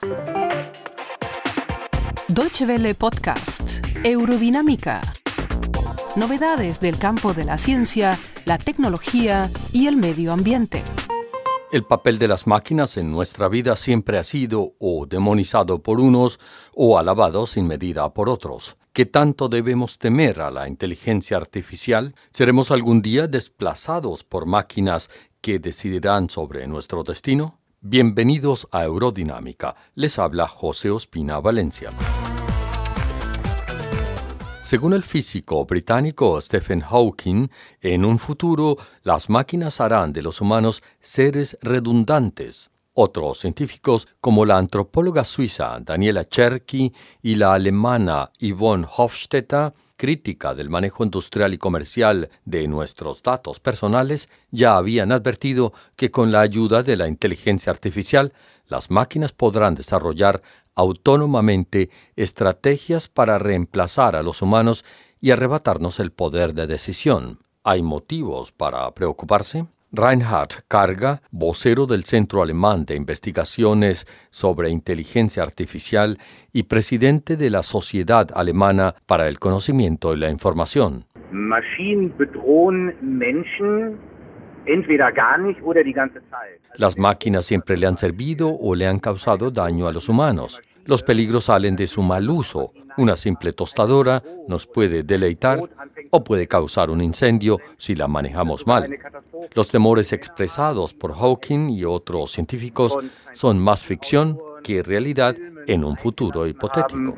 Deutsche Welle Podcast, Eurodinámica. Novedades del campo de la ciencia, la tecnología y el medio ambiente. El papel de las máquinas en nuestra vida siempre ha sido o demonizado por unos o alabado sin medida por otros. ¿Qué tanto debemos temer a la inteligencia artificial? ¿Seremos algún día desplazados por máquinas que decidirán sobre nuestro destino? Bienvenidos a Eurodinámica. Les habla José Ospina Valencia. Según el físico británico Stephen Hawking, en un futuro las máquinas harán de los humanos seres redundantes. Otros científicos, como la antropóloga suiza Daniela Cherky y la alemana Yvonne Hofstetter, crítica del manejo industrial y comercial de nuestros datos personales, ya habían advertido que con la ayuda de la inteligencia artificial, las máquinas podrán desarrollar autónomamente estrategias para reemplazar a los humanos y arrebatarnos el poder de decisión. ¿Hay motivos para preocuparse? Reinhard Karga, vocero del Centro Alemán de Investigaciones sobre Inteligencia Artificial y presidente de la Sociedad Alemana para el Conocimiento y la Información. Maschinen bedrohen Menschen entweder gar nicht oder die ganze Zeit. Las máquinas siempre le han servido o le han causado daño a los humanos. Los peligros salen de su mal uso. Una simple tostadora nos puede deleitar o puede causar un incendio si la manejamos mal. Los temores expresados por Hawking y otros científicos son más ficción que realidad en un futuro hipotético.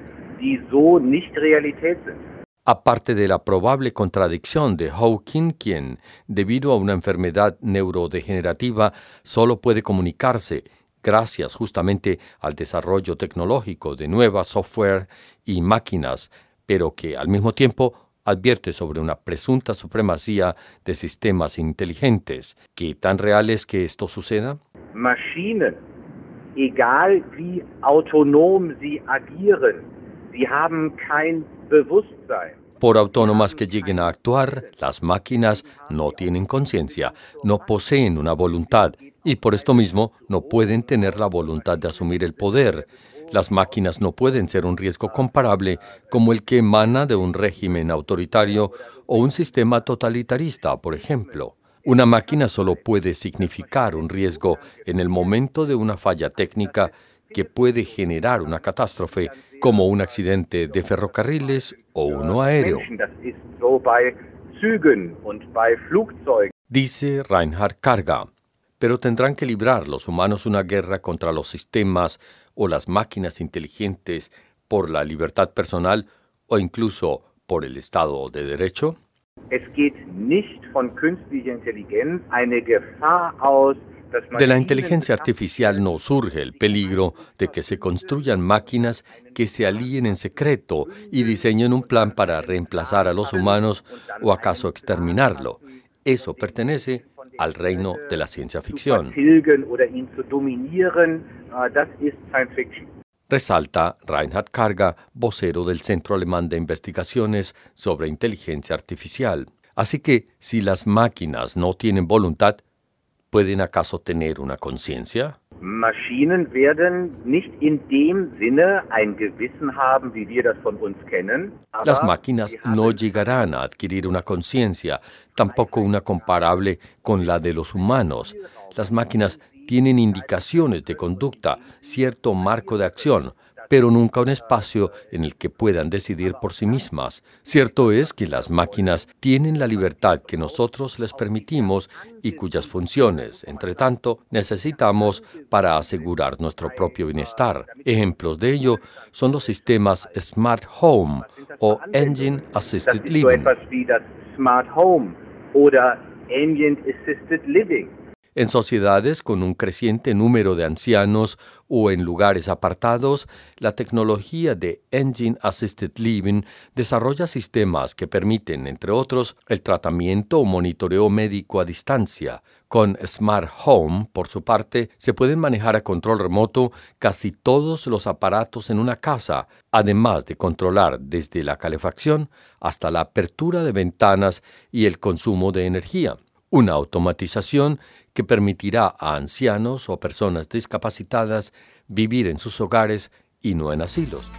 Aparte de la probable contradicción de Hawking, quien, debido a una enfermedad neurodegenerativa, solo puede comunicarse gracias justamente al desarrollo tecnológico de nueva software y máquinas, pero que al mismo tiempo advierte sobre una presunta supremacía de sistemas inteligentes. ¿Qué tan real es que esto suceda? Maschinen, egal wie autonom sie agieren, sie haben kein Bewusstsein. Por autónomas que lleguen a actuar, las máquinas no tienen conciencia, no poseen una voluntad y por esto mismo no pueden tener la voluntad de asumir el poder. Las máquinas no pueden ser un riesgo comparable como el que emana de un régimen autoritario o un sistema totalitarista, por ejemplo. Una máquina solo puede significar un riesgo en el momento de una falla técnica que puede generar una catástrofe, como un accidente de ferrocarriles o uno aéreo. Dice Reinhard Karga. Pero tendrán que librar los humanos una guerra contra los sistemas o las máquinas inteligentes por la libertad personal o incluso por el Estado de Derecho. De la inteligencia artificial no surge el peligro de que se construyan máquinas que se alíen en secreto y diseñen un plan para reemplazar a los humanos o acaso exterminarlo. Eso pertenece al reino de la ciencia ficción. Resalta Reinhard Karga, vocero del Centro Alemán de Investigaciones sobre Inteligencia Artificial. Así que, si las máquinas no tienen voluntad, ¿pueden acaso tener una conciencia? Maschinen werden nicht in dem Sinne ein Gewissen haben, wie wir das von uns kennen. Las máquinas no llegarán a adquirir una conciencia, tampoco una comparable con la de los humanos. Las máquinas tienen indicaciones de conducta, cierto marco de acción, pero nunca un espacio en el que puedan decidir por sí mismas. Cierto es que las máquinas tienen la libertad que nosotros les permitimos y cuyas funciones, entre tanto, necesitamos para asegurar nuestro propio bienestar. Ejemplos de ello son los sistemas Smart Home o Engine Assisted Living. En sociedades con un creciente número de ancianos o en lugares apartados, la tecnología de Engine Assisted Living desarrolla sistemas que permiten, entre otros, el tratamiento o monitoreo médico a distancia. Con Smart Home, por su parte, se pueden manejar a control remoto casi todos los aparatos en una casa, además de controlar desde la calefacción hasta la apertura de ventanas y el consumo de energía. Una automatización que permitirá a ancianos o personas discapacitadas vivir en sus hogares y no en asilos.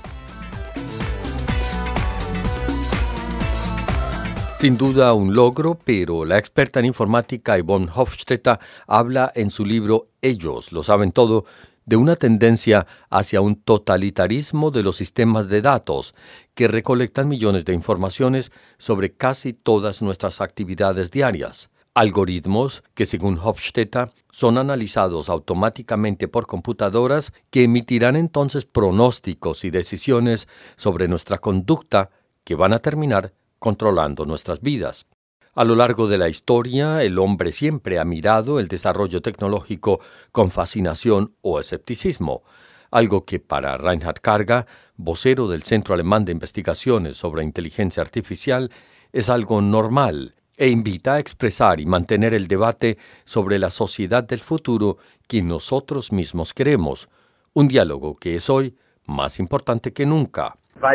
Sin duda un logro, pero la experta en informática Yvonne Hofstetter habla en su libro Ellos lo saben todo de una tendencia hacia un totalitarismo de los sistemas de datos que recolectan millones de informaciones sobre casi todas nuestras actividades diarias. Algoritmos que, según Hofstetter, son analizados automáticamente por computadoras que emitirán entonces pronósticos y decisiones sobre nuestra conducta que van a terminar controlando nuestras vidas. A lo largo de la historia, el hombre siempre ha mirado el desarrollo tecnológico con fascinación o escepticismo, algo que para Reinhard Karger, vocero del Centro Alemán de Investigaciones sobre Inteligencia Artificial, es algo normal e invita a expresar y mantener el debate sobre la sociedad del futuro que nosotros mismos queremos, un diálogo que es hoy más importante que nunca.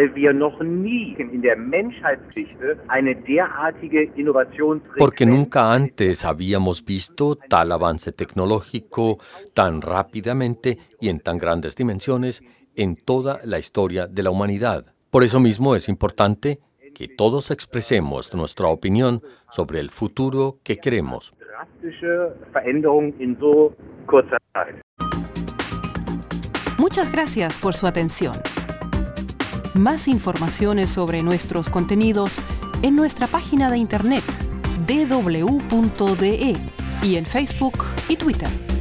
Porque nunca antes habíamos visto tal avance tecnológico tan rápidamente y en tan grandes dimensiones en toda la historia de la humanidad. Por eso mismo es importante que todos expresemos nuestra opinión sobre el futuro que queremos. Muchas gracias por su atención. Más informaciones sobre nuestros contenidos en nuestra página de internet www.de y en Facebook y Twitter.